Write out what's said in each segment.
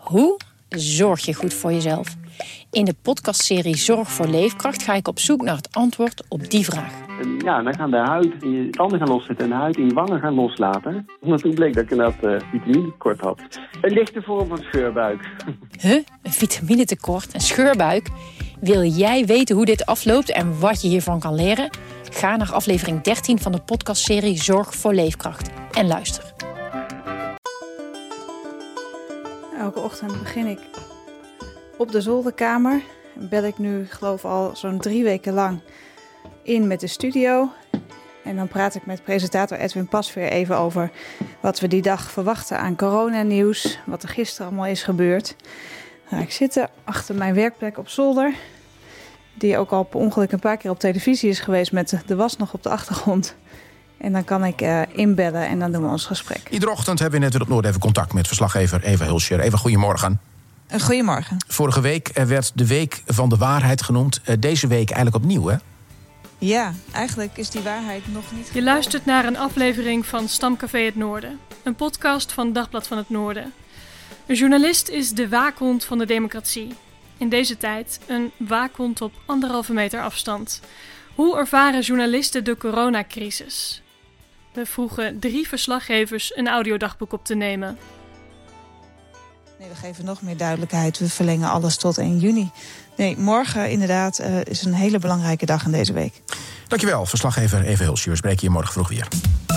Hoe zorg je goed voor jezelf? In de podcastserie Zorg voor Leefkracht ga ik op zoek naar het antwoord op die vraag. Ja, dan gaan de huid in je tanden gaan loszetten en de huid in je wangen gaan loslaten. Want toen bleek dat ik inderdaad vitaminetekort had. Een lichte vorm van scheurbuik. Een vitaminetekort, een scheurbuik? Wil jij weten hoe dit afloopt en wat je hiervan kan leren? Ga naar aflevering 13 van de podcastserie Zorg voor Leefkracht en luister. Elke ochtend begin ik op de zolderkamer. Bel ik nu, geloof al zo'n 3 weken lang in met de studio. En dan praat ik met presentator Edwin Pasveer even over wat we die dag verwachten aan coronanieuws. Wat er gisteren allemaal is gebeurd. Nou, ik zit achter mijn werkplek op zolder. Die ook al per ongeluk een paar keer op televisie is geweest met de was nog op de achtergrond. En dan kan ik inbellen en dan doen we ons gesprek. Iedere ochtend hebben we net in het Noorden even contact met verslaggever Eva Hulscher. Eva, goedemorgen. Goedemorgen. Vorige week werd de Week van de Waarheid genoemd. Deze week eigenlijk opnieuw, hè? Ja, eigenlijk is die waarheid nog niet... Je luistert naar een aflevering van Stamcafé Het Noorden. Een podcast van Dagblad van het Noorden. Een journalist is de waakhond van de democratie. In deze tijd een waakhond op 1,5 meter afstand. Hoe ervaren journalisten de coronacrisis? We vroegen 3 verslaggevers een audiodagboek op te nemen. Nee, we geven nog meer duidelijkheid. We verlengen alles tot 1 juni. Nee, morgen inderdaad is een hele belangrijke dag in deze week. Dankjewel, verslaggever Eva Hulscher. We spreken je morgen vroeg weer.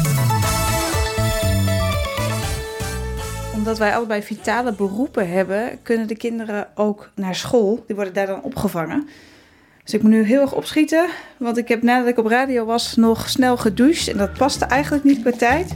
Omdat wij allebei vitale beroepen hebben, kunnen de kinderen ook naar school. Die worden daar dan opgevangen. Dus ik moet nu heel erg opschieten. Want ik heb nadat ik op radio was nog snel gedoucht. En dat paste eigenlijk niet per tijd.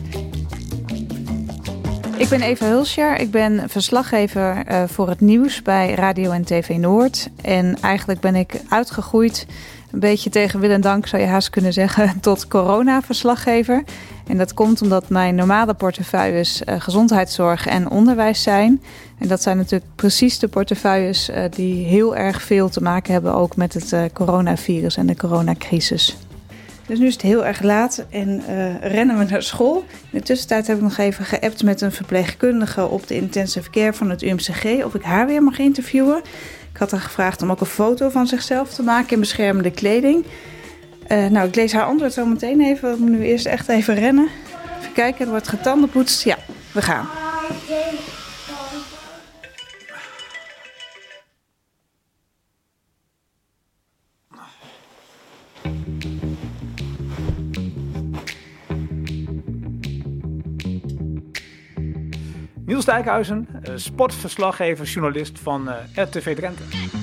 Ik ben Eva Hulscher. Ik ben verslaggever voor het nieuws bij Radio en TV Noord. En eigenlijk ben ik uitgegroeid, een beetje tegen wil en dank zou je haast kunnen zeggen, tot corona-verslaggever. En dat komt omdat mijn normale portefeuilles gezondheidszorg en onderwijs zijn. En dat zijn natuurlijk precies de portefeuilles die heel erg veel te maken hebben ook met het coronavirus en de coronacrisis. Dus nu is het heel erg laat en rennen we naar school. In de tussentijd heb ik nog even geappt met een verpleegkundige op de intensive care van het UMCG of ik haar weer mag interviewen. Ik had haar gevraagd om ook een foto van zichzelf te maken in beschermende kleding. Nou, ik lees haar antwoord zo meteen even. Ik moet nu eerst echt even rennen. Even kijken, er wordt getandenpoetst. Ja, we gaan. Niels Dijkhuizen, sportverslaggever, journalist van RTV Drenthe.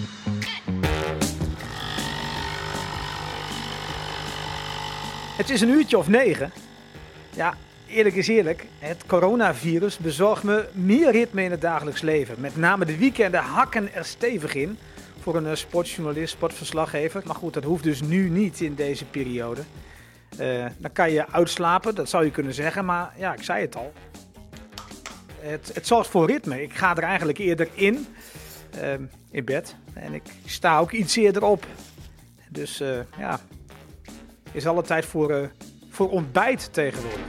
Het is 9:00. Ja, eerlijk is eerlijk. Het coronavirus bezorgt me meer ritme in het dagelijks leven. Met name de weekenden hakken er stevig in voor een sportjournalist, sportverslaggever. Maar goed, dat hoeft dus nu niet in deze periode. Dan kan je uitslapen, dat zou je kunnen zeggen. Maar ja, ik zei het al. Het zorgt voor ritme. Ik ga er eigenlijk eerder in bed. En ik sta ook iets eerder op. Dus ja, is alle tijd voor ontbijt tegenwoordig.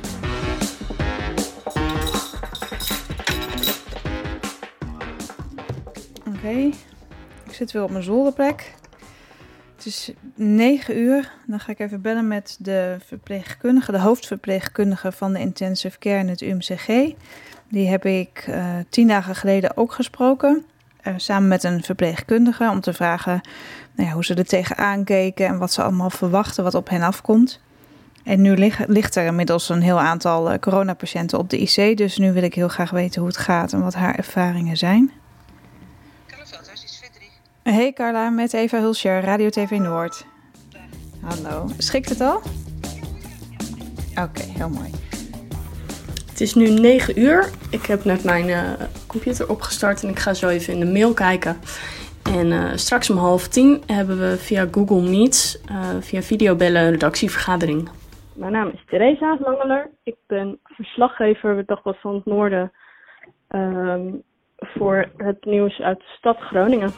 Oké, ik zit weer op mijn zolderplek. Het is 9:00. Dan ga ik even bellen met de verpleegkundige, de hoofdverpleegkundige van de intensive care in het UMCG. Die heb ik 10 dagen geleden ook gesproken. Samen met een verpleegkundige om te vragen hoe ze er tegenaan keken en wat ze allemaal verwachten, wat op hen afkomt. En nu ligt er inmiddels een heel aantal coronapatiënten op de IC. Dus nu wil ik heel graag weten hoe het gaat en wat haar ervaringen zijn. Hey Carla, met Eva Hulscher, Radio TV Noord. Hallo. Schikt het al? Oké, heel mooi. Het is nu 9:00. Ik heb net mijn computer opgestart en ik ga zo even in de mail kijken. En straks om 9:30 hebben we via Google Meets, via videobellen, een redactievergadering. Mijn naam is Theresa Langeler. Ik ben verslaggever bij Dagblad van het Noorden voor het nieuws uit de stad Groningen.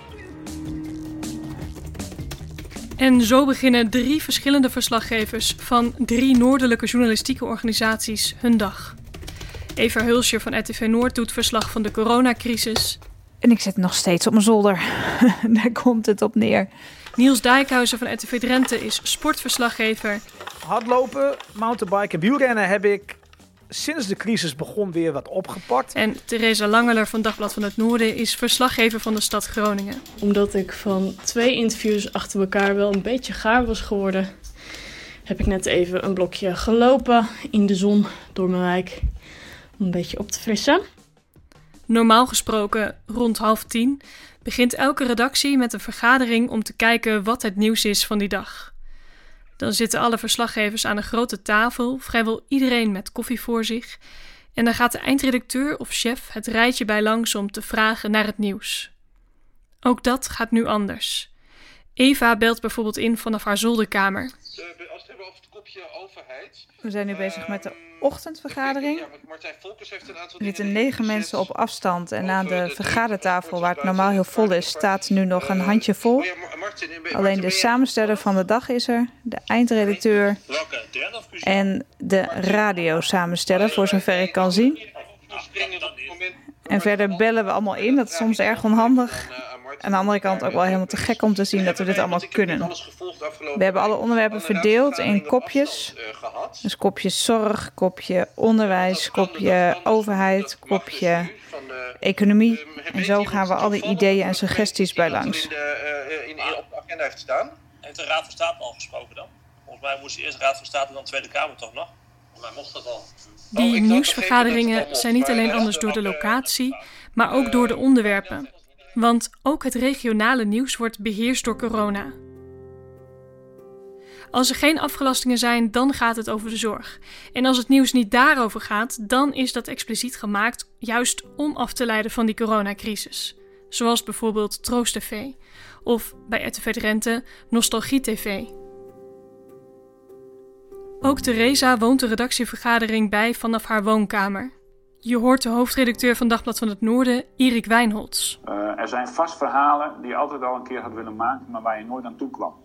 En zo beginnen 3 verschillende verslaggevers van 3 noordelijke journalistieke organisaties hun dag. Eva Hulscher van RTV Noord doet verslag van de coronacrisis. En ik zit nog steeds op mijn zolder. Daar komt het op neer. Niels Dijkhuizen van RTV Drenthe is sportverslaggever. Hardlopen, mountainbiken en wielrennen heb ik sinds de crisis begon weer wat opgepakt. En Theresa Langeler van Dagblad van het Noorden is verslaggever van de stad Groningen. Omdat ik van 2 interviews achter elkaar wel een beetje gaar was geworden, heb ik net even een blokje gelopen in de zon door mijn wijk om een beetje op te frissen. Normaal gesproken rond 9:30 begint elke redactie met een vergadering om te kijken wat het nieuws is van die dag. Dan zitten alle verslaggevers aan een grote tafel, vrijwel iedereen met koffie voor zich. En dan gaat de eindredacteur of chef het rijtje bij langs om te vragen naar het nieuws. Ook dat gaat nu anders. Eva belt bijvoorbeeld in vanaf haar zolderkamer. Als we het hebben over het kopje overheid. We zijn nu bezig met de ochtendvergadering. Er zitten 9 mensen op afstand en aan de vergadertafel, waar het normaal heel vol is, staat nu nog een handje vol. Alleen de samensteller van de dag is er, de eindredacteur en de radiosamensteller, voor zover ik kan zien. En verder bellen we allemaal in, dat is soms erg onhandig. Aan de andere kant ook wel helemaal te gek om te zien dat we dit allemaal kunnen. We hebben alle onderwerpen verdeeld in kopjes. Dus kopje zorg, kopje onderwijs, kopje overheid, kopje economie. En zo gaan we alle ideeën en suggesties bij langs. Op de agenda heeft staan. Heeft de Raad van State al gesproken dan? Volgens mij moest de eerste Raad van State en dan Tweede Kamer toch nog? Volgens mij mocht dat al. Die nieuwsvergaderingen zijn niet alleen anders door de locatie, maar ook door de onderwerpen. Want ook het regionale nieuws wordt beheerst door corona. Als er geen afgelastingen zijn, dan gaat het over de zorg. En als het nieuws niet daarover gaat, dan is dat expliciet gemaakt juist om af te leiden van die coronacrisis. Zoals bijvoorbeeld Troost TV of bij RTV Drenthe Nostalgie TV. Ook Theresa woont de redactievergadering bij vanaf haar woonkamer. Je hoort de hoofdredacteur van Dagblad van het Noorden, Erik Wijnholz. Er zijn vast verhalen die je altijd al een keer had willen maken, maar waar je nooit aan toe kwam.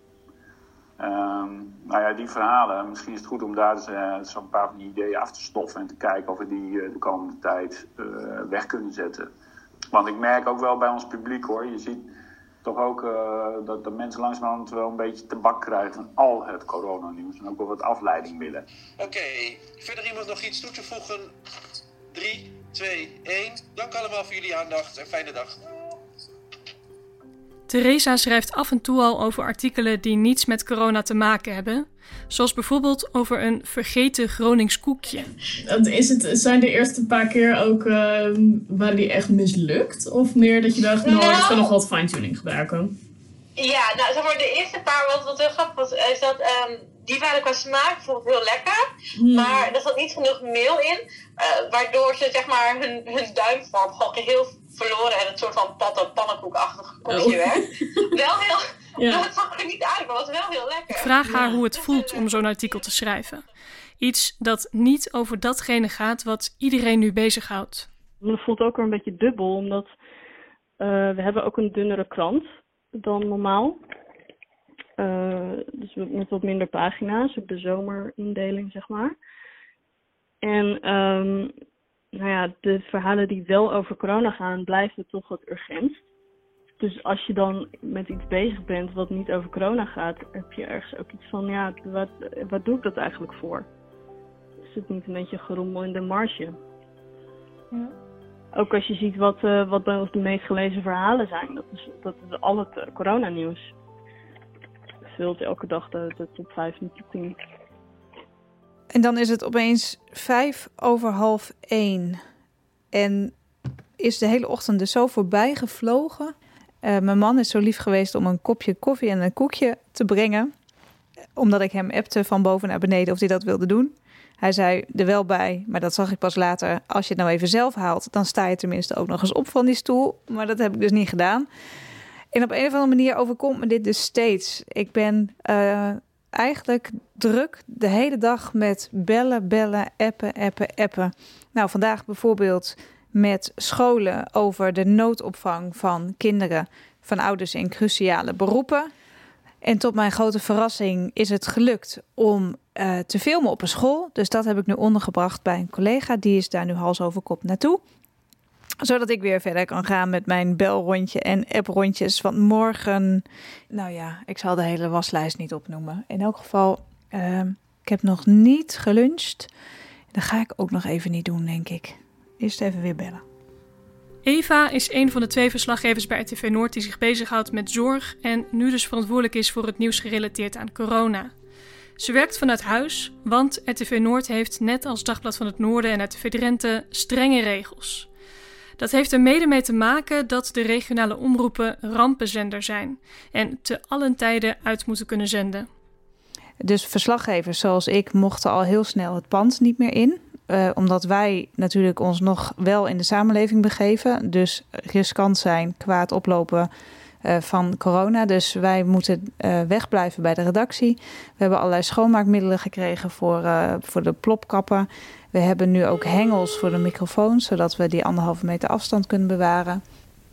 Die verhalen, misschien is het goed om daar zo'n paar van die ideeën af te stoffen en te kijken of we die de komende tijd weg kunnen zetten. Want ik merk ook wel bij ons publiek hoor, je ziet toch ook dat de mensen langzamerhand wel een beetje tabak krijgen van al het coronanieuws en ook wel wat afleiding willen. Oké, verder iemand nog iets toe te voegen? 3, 2, 1. Dank allemaal voor jullie aandacht en fijne dag. Theresa schrijft af en toe al over artikelen die niets met corona te maken hebben. Zoals bijvoorbeeld over een vergeten Gronings koekje. Zijn de eerste paar keer ook, waren die echt mislukt? Of meer dat je dacht, ik kan nog wat fine-tuning gebruiken? Ja, nou zeg maar de eerste paar, wat heel grappig was, is dat die waren qua smaak bijvoorbeeld heel lekker. Maar er zat niet genoeg meel in, waardoor ze zeg maar hun duimvorm gewoon geheel verloren en het soort van pannenkoekachtig koekje werd. Wel heel, het zag er niet uit, maar het was wel heel lekker. Ik vraag haar hoe het voelt om zo'n artikel te schrijven. Iets dat niet over datgene gaat wat iedereen nu bezighoudt. Het voelt ook weer een beetje dubbel, omdat we hebben ook een dunnere krant dan normaal. Dus met wat minder pagina's, ook de zomerindeling zeg maar. En de verhalen die wel over corona gaan, blijven toch wat urgent. Dus als je dan met iets bezig bent wat niet over corona gaat, heb je ergens ook iets van, wat doe ik dat eigenlijk voor? Is het niet een beetje gerommel in de marge? Ja. Ook als je ziet wat bij ons de meest gelezen verhalen zijn, dat is al het coronanieuws. Vult elke dag de top 5 en top 10. En dan is het opeens 1:05. En is de hele ochtend dus zo voorbij gevlogen. Mijn man is zo lief geweest om een kopje koffie en een koekje te brengen. Omdat ik hem appte van boven naar beneden of hij dat wilde doen. Hij zei er wel bij, maar dat zag ik pas later. Als je het nou even zelf haalt, dan sta je tenminste ook nog eens op van die stoel. Maar dat heb ik dus niet gedaan. En op een of andere manier overkomt me dit dus steeds. Ik ben eigenlijk druk de hele dag met bellen, appen. Nou, vandaag bijvoorbeeld met scholen over de noodopvang van kinderen van ouders in cruciale beroepen. En tot mijn grote verrassing is het gelukt om te filmen op een school. Dus dat heb ik nu ondergebracht bij een collega. Die is daar nu hals over kop naartoe. Zodat ik weer verder kan gaan met mijn belrondje en approndjes. Want morgen, ik zal de hele waslijst niet opnoemen. In elk geval, ik heb nog niet geluncht. Dat ga ik ook nog even niet doen, denk ik. Eerst even weer bellen. Eva is een van de 2 verslaggevers bij RTV Noord die zich bezighoudt met zorg en nu dus verantwoordelijk is voor het nieuws gerelateerd aan corona. Ze werkt vanuit huis, want RTV Noord heeft net als Dagblad van het Noorden en RTV Drenthe strenge regels. Dat heeft er mede mee te maken dat de regionale omroepen rampenzender zijn en te allen tijden uit moeten kunnen zenden. Dus verslaggevers zoals ik mochten al heel snel het pand niet meer in. Omdat wij natuurlijk ons nog wel in de samenleving begeven. Dus riskant zijn, kwaad oplopen van corona. Dus wij moeten wegblijven bij de redactie. We hebben allerlei schoonmaakmiddelen gekregen voor de plopkappen. We hebben nu ook hengels voor de microfoons, zodat we die 1,5 meter afstand kunnen bewaren.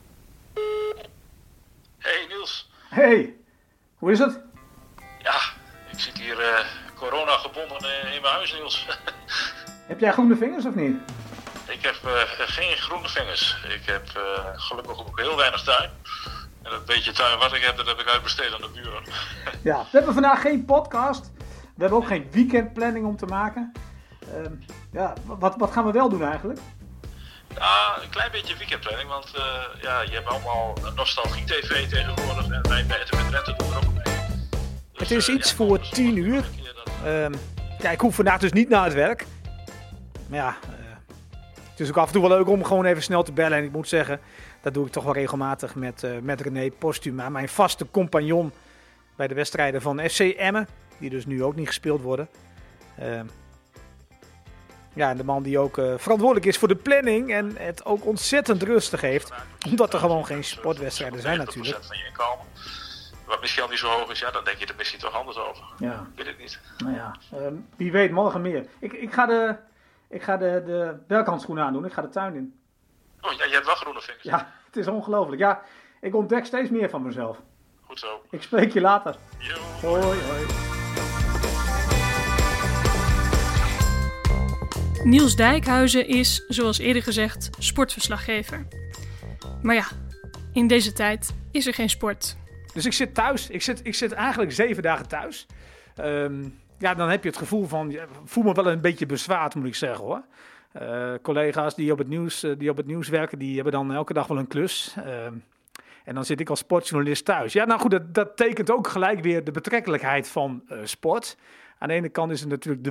Hey Niels. Hey, hoe is het? Ja, ik zit hier corona gebonden in mijn huis, Niels. Heb jij groene vingers of niet? Ik heb geen groene vingers. Ik heb gelukkig ook heel weinig tuin. En dat beetje tuin wat ik heb, dat heb ik uitbesteed aan de buren. Ja, we hebben vandaag geen podcast. We hebben ook geen weekendplanning om te maken. Wat gaan we wel doen eigenlijk? Ja, een klein beetje weekendplanning, want je hebt allemaal nostalgie-tv tegenwoordig. En wij bij RTV Drenthe doen er ook mee. Dus, het is iets voor 10 uur. Ik hoef vandaag dus niet naar het werk. Maar ja, het is ook af en toe wel leuk om gewoon even snel te bellen. En ik moet zeggen, dat doe ik toch wel regelmatig met René Postuma. Mijn vaste compagnon bij de wedstrijden van FC Emmen. Die dus nu ook niet gespeeld worden. En de man die ook verantwoordelijk is voor de planning. En het ook ontzettend rustig heeft. Omdat er gewoon geen sportwedstrijden zijn natuurlijk. Van je inkomen. Wat misschien al niet zo hoog is, dan denk je er misschien toch anders over. Ja. Ik weet het niet. Nou ja, wie weet morgen meer. Ik ga de werkhandschoenen aandoen. Ik ga de tuin in. Oh, ja, je hebt wel groene vingers. Ja, het is ongelooflijk. Ja, ik ontdek steeds meer van mezelf. Goed zo. Ik spreek je later. Yo. Hoi. Niels Dijkhuizen is, zoals eerder gezegd, sportverslaggever. Maar ja, in deze tijd is er geen sport. Dus ik zit thuis. Ik zit eigenlijk 7 dagen thuis. Dan heb je het gevoel van... voel me wel een beetje bezwaard, moet ik zeggen, hoor. Collega's die op het nieuws werken, die hebben dan elke dag wel een klus. En dan zit ik als sportjournalist thuis. Ja, nou goed, dat tekent ook gelijk weer de betrekkelijkheid van sport. Aan de ene kant is het natuurlijk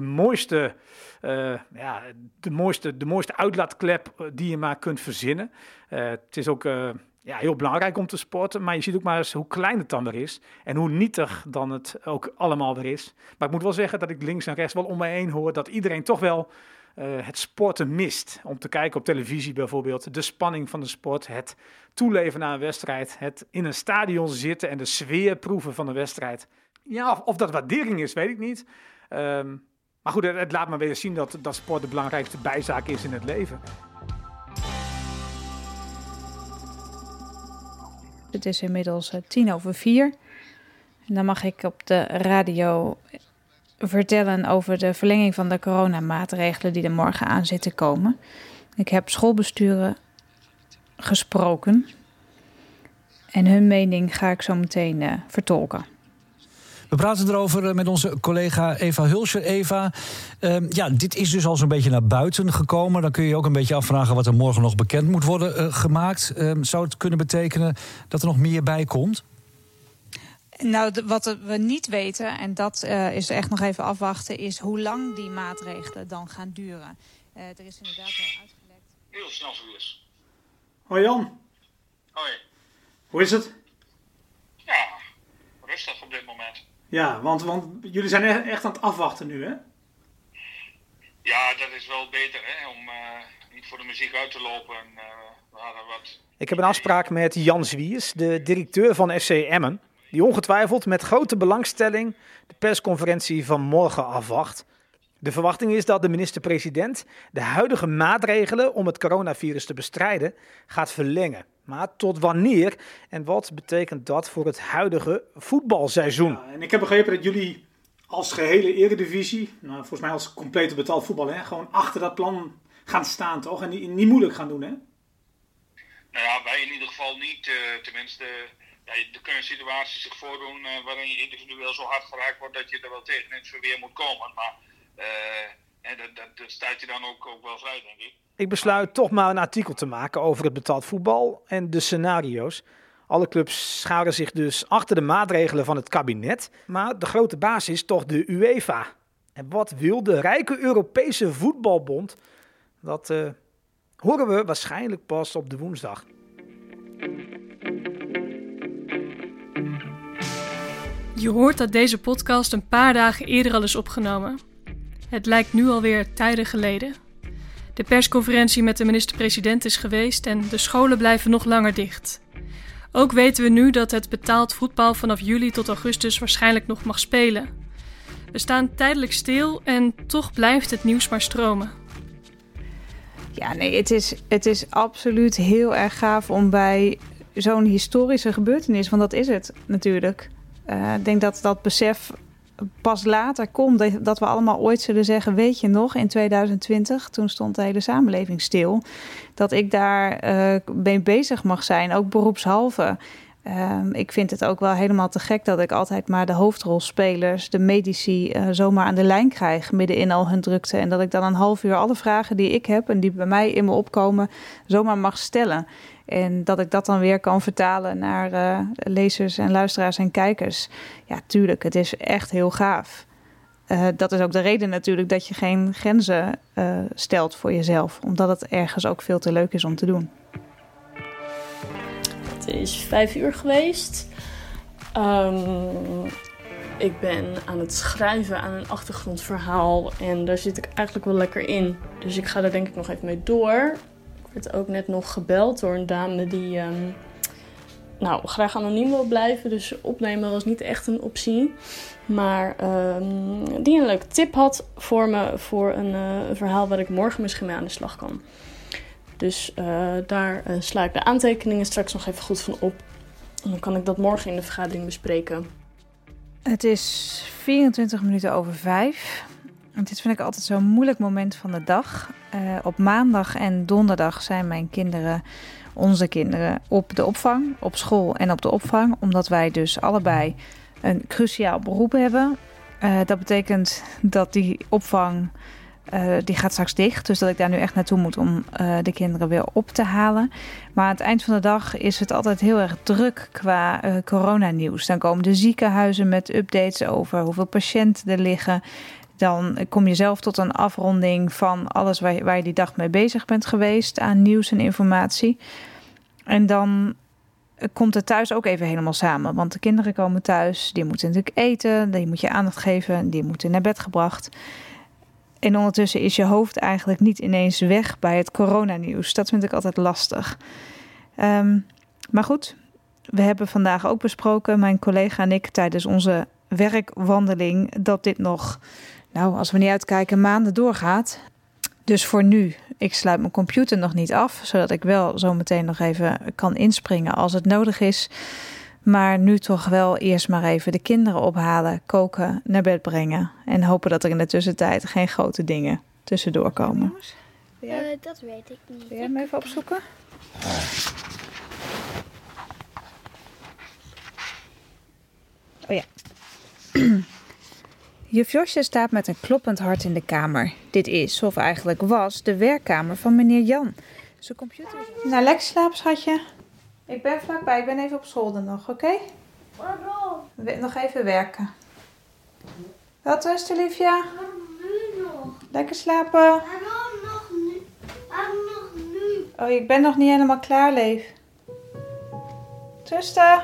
de mooiste uitlaatklep die je maar kunt verzinnen. Het is ook heel belangrijk om te sporten, maar je ziet ook maar eens hoe klein het dan weer is. En hoe nietig dan het ook allemaal weer is. Maar ik moet wel zeggen dat ik links en rechts wel om mij heen hoor dat iedereen toch wel het sporten mist. Om te kijken op televisie bijvoorbeeld, de spanning van de sport, het toeleven naar een wedstrijd, het in een stadion zitten en de sfeer proeven van de wedstrijd. Ja, of dat waardering is, weet ik niet. Maar goed, het laat maar weer zien dat sport de belangrijkste bijzaak is in het leven. Het is inmiddels 4:10. En dan mag ik op de radio vertellen over de verlenging van de coronamaatregelen die er morgen aan zitten komen. Ik heb schoolbesturen gesproken. En hun mening ga ik zo meteen vertolken. We praten erover met onze collega Eva Hulscher. Eva, dit is dus al zo'n beetje naar buiten gekomen. Dan kun je ook een beetje afvragen wat er morgen nog bekend moet worden gemaakt. Zou het kunnen betekenen dat er nog meer bij komt? Nou, wat we niet weten, en dat is echt nog even afwachten, is hoe lang die maatregelen dan gaan duren. Er is inderdaad wel uitgelekt. Heel snel zoiets. Hoi Jan. Hoi. Hoe is het? Ja, rustig op dit moment. Ja, want jullie zijn echt aan het afwachten nu, hè? Ja, dat is wel beter, hè, om niet voor de muziek uit te lopen. We hadden wat... Ik heb een afspraak met Jan Zwiers, de directeur van FC Emmen, die ongetwijfeld met grote belangstelling de persconferentie van morgen afwacht. De verwachting is dat de minister-president de huidige maatregelen om het coronavirus te bestrijden gaat verlengen. Maar tot wanneer en wat betekent dat voor het huidige voetbalseizoen? Ja, en ik heb begrepen dat jullie als gehele eredivisie, volgens mij als complete betaald voetbal, gewoon achter dat plan gaan staan, toch? En niet moeilijk gaan doen, hè? Nou ja, wij in ieder geval niet. Tenminste, er kunnen situaties zich voordoen waarin je individueel zo hard geraakt wordt dat je er wel tegen in het verweer moet komen. Maar dat staat je dan ook wel vrij, denk ik. Ik besluit toch maar een artikel te maken over het betaald voetbal en de scenario's. Alle clubs scharen zich dus achter de maatregelen van het kabinet. Maar de grote baas is toch de UEFA. En wat wil de rijke Europese voetbalbond? Dat horen we waarschijnlijk pas op de woensdag. Je hoort dat deze podcast een paar dagen eerder al is opgenomen. Het lijkt nu alweer tijden geleden. De persconferentie met de minister-president is geweest en de scholen blijven nog langer dicht. Ook weten we nu dat het betaald voetbal vanaf juli tot augustus waarschijnlijk nog mag spelen. We staan tijdelijk stil en toch blijft het nieuws maar stromen. Ja, nee, het is absoluut heel erg gaaf om bij zo'n historische gebeurtenis, want dat is het natuurlijk. Ik denk dat dat besef pas later komt, dat we allemaal ooit zullen zeggen, weet je nog, in 2020, toen stond de hele samenleving stil, dat ik daar mee bezig mag zijn, ook beroepshalve. Ik vind het ook wel helemaal te gek dat ik altijd maar de hoofdrolspelers, de medici, zomaar aan de lijn krijg midden in al hun drukte. En dat ik dan een half uur alle vragen die ik heb en die bij mij in me opkomen, zomaar mag stellen. En dat ik dat dan weer kan vertalen naar lezers en luisteraars en kijkers. Ja, tuurlijk, het is echt heel gaaf. Dat is ook de reden natuurlijk dat je geen grenzen stelt voor jezelf. Omdat het ergens ook veel te leuk is om te doen. Het is 5 uur geweest. Ik ben aan het schrijven aan een achtergrondverhaal. En daar zit ik eigenlijk wel lekker in. Dus ik ga daar denk ik nog even mee door. Ik werd ook net nog gebeld door een dame die graag anoniem wil blijven. Dus opnemen was niet echt een optie. Maar die een leuke tip had voor me voor een verhaal waar ik morgen misschien mee aan de slag kan. Dus daar sla ik de aantekeningen straks nog even goed van op. En dan kan ik dat morgen in de vergadering bespreken. Het is 24 minuten over 5. En dit vind ik altijd zo'n moeilijk moment van de dag. Op maandag en donderdag zijn mijn kinderen, onze kinderen, op de opvang, op school en op de opvang. Omdat wij dus allebei een cruciaal beroep hebben. Dat betekent dat die opvang, die gaat straks dicht. Dus dat ik daar nu echt naartoe moet om de kinderen weer op te halen. Maar aan het eind van de dag is het altijd heel erg druk qua coronanieuws. Dan komen de ziekenhuizen met updates over hoeveel patiënten er liggen. Dan kom je zelf tot een afronding van alles waar je die dag mee bezig bent geweest aan nieuws en informatie. En dan komt het thuis ook even helemaal samen. Want de kinderen komen thuis, die moeten natuurlijk eten, die moet je aandacht geven, die moeten naar bed gebracht. En ondertussen is je hoofd eigenlijk niet ineens weg bij het coronanieuws. Dat vind ik altijd lastig. Maar goed, we hebben vandaag ook besproken, mijn collega en ik, tijdens onze werkwandeling, dat dit nog, als we niet uitkijken, maanden doorgaat. Dus voor nu, ik sluit mijn computer nog niet af, zodat ik wel zo meteen nog even kan inspringen als het nodig is. Maar nu toch wel eerst maar even de kinderen ophalen, koken, naar bed brengen. En hopen dat er in de tussentijd geen grote dingen tussendoor komen. Dat weet ik niet. Wil jij hem even opzoeken? Oh ja. Juf Josje staat met een kloppend hart in de kamer. Dit is, of eigenlijk was, de werkkamer van meneer Jan. Zijn computer. Nou, lekker slapen, schatje. Ik ben vlakbij, ik ben even op zolder nog, oké? Waarom? Nog even werken. Wat rusten, Liefja? Waarom nu nog? Lekker slapen. Waarom nog nu? Waarom nog nu? Oh, ik ben nog niet helemaal klaar, Leef. Rusten.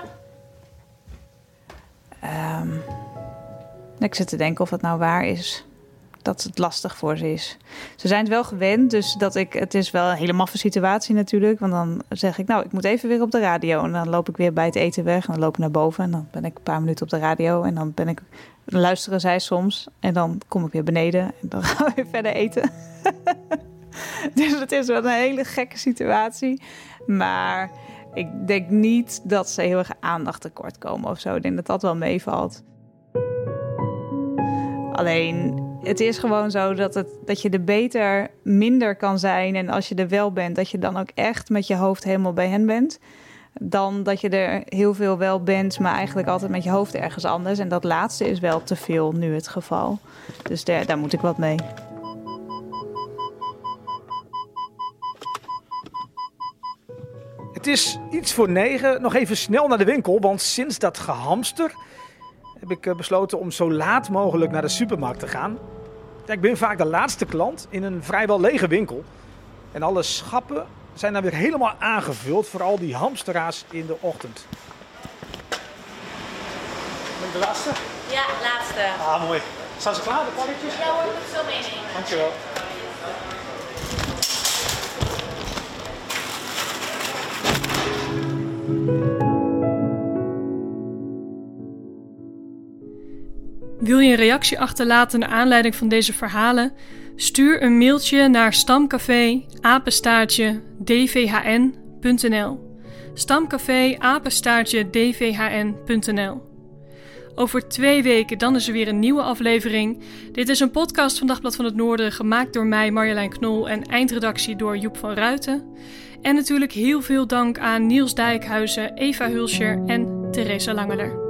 Ik zit te denken of het nou waar is. Dat het lastig voor ze is. Ze zijn het wel gewend, dus het is wel een hele maffe situatie natuurlijk. Want dan zeg ik, ik moet even weer op de radio. En dan loop ik weer bij het eten weg. En dan loop ik naar boven en dan ben ik een paar minuten op de radio. En dan luisteren zij soms. En dan kom ik weer beneden en dan gaan we weer verder eten. Dus het is wel een hele gekke situatie. Maar ik denk niet dat ze heel erg aandacht tekort komen of zo. Ik denk dat dat wel meevalt. Alleen, het is gewoon zo dat je er beter minder kan zijn. En als je er wel bent, dat je dan ook echt met je hoofd helemaal bij hen bent. Dan dat je er heel veel wel bent, maar eigenlijk altijd met je hoofd ergens anders. En dat laatste is wel te veel nu het geval. Dus daar moet ik wat mee. Het is iets voor 9. Nog even snel naar de winkel, want sinds dat gehamster heb ik besloten om zo laat mogelijk naar de supermarkt te gaan. Ja, ik ben vaak de laatste klant in een vrijwel lege winkel. En alle schappen zijn dan weer helemaal aangevuld voor al die hamsteraars in de ochtend. Ben ik de laatste? Ja, laatste. Ah, mooi. Staan ze klaar, de pakketjes? Ja hoor, ik moet het zo meenemen. Dankjewel. Wil je een reactie achterlaten naar aanleiding van deze verhalen? Stuur een mailtje naar stamcafé@dvhn.nl. stamcafé@dvhn.nl. Over 2 weken dan is er weer een nieuwe aflevering. Dit is een podcast van Dagblad van het Noorden, gemaakt door mij, Marjolein Knol, en eindredactie door Joep van Ruiten. En natuurlijk heel veel dank aan Niels Dijkhuizen, Eva Hulscher en Theresa Langeler.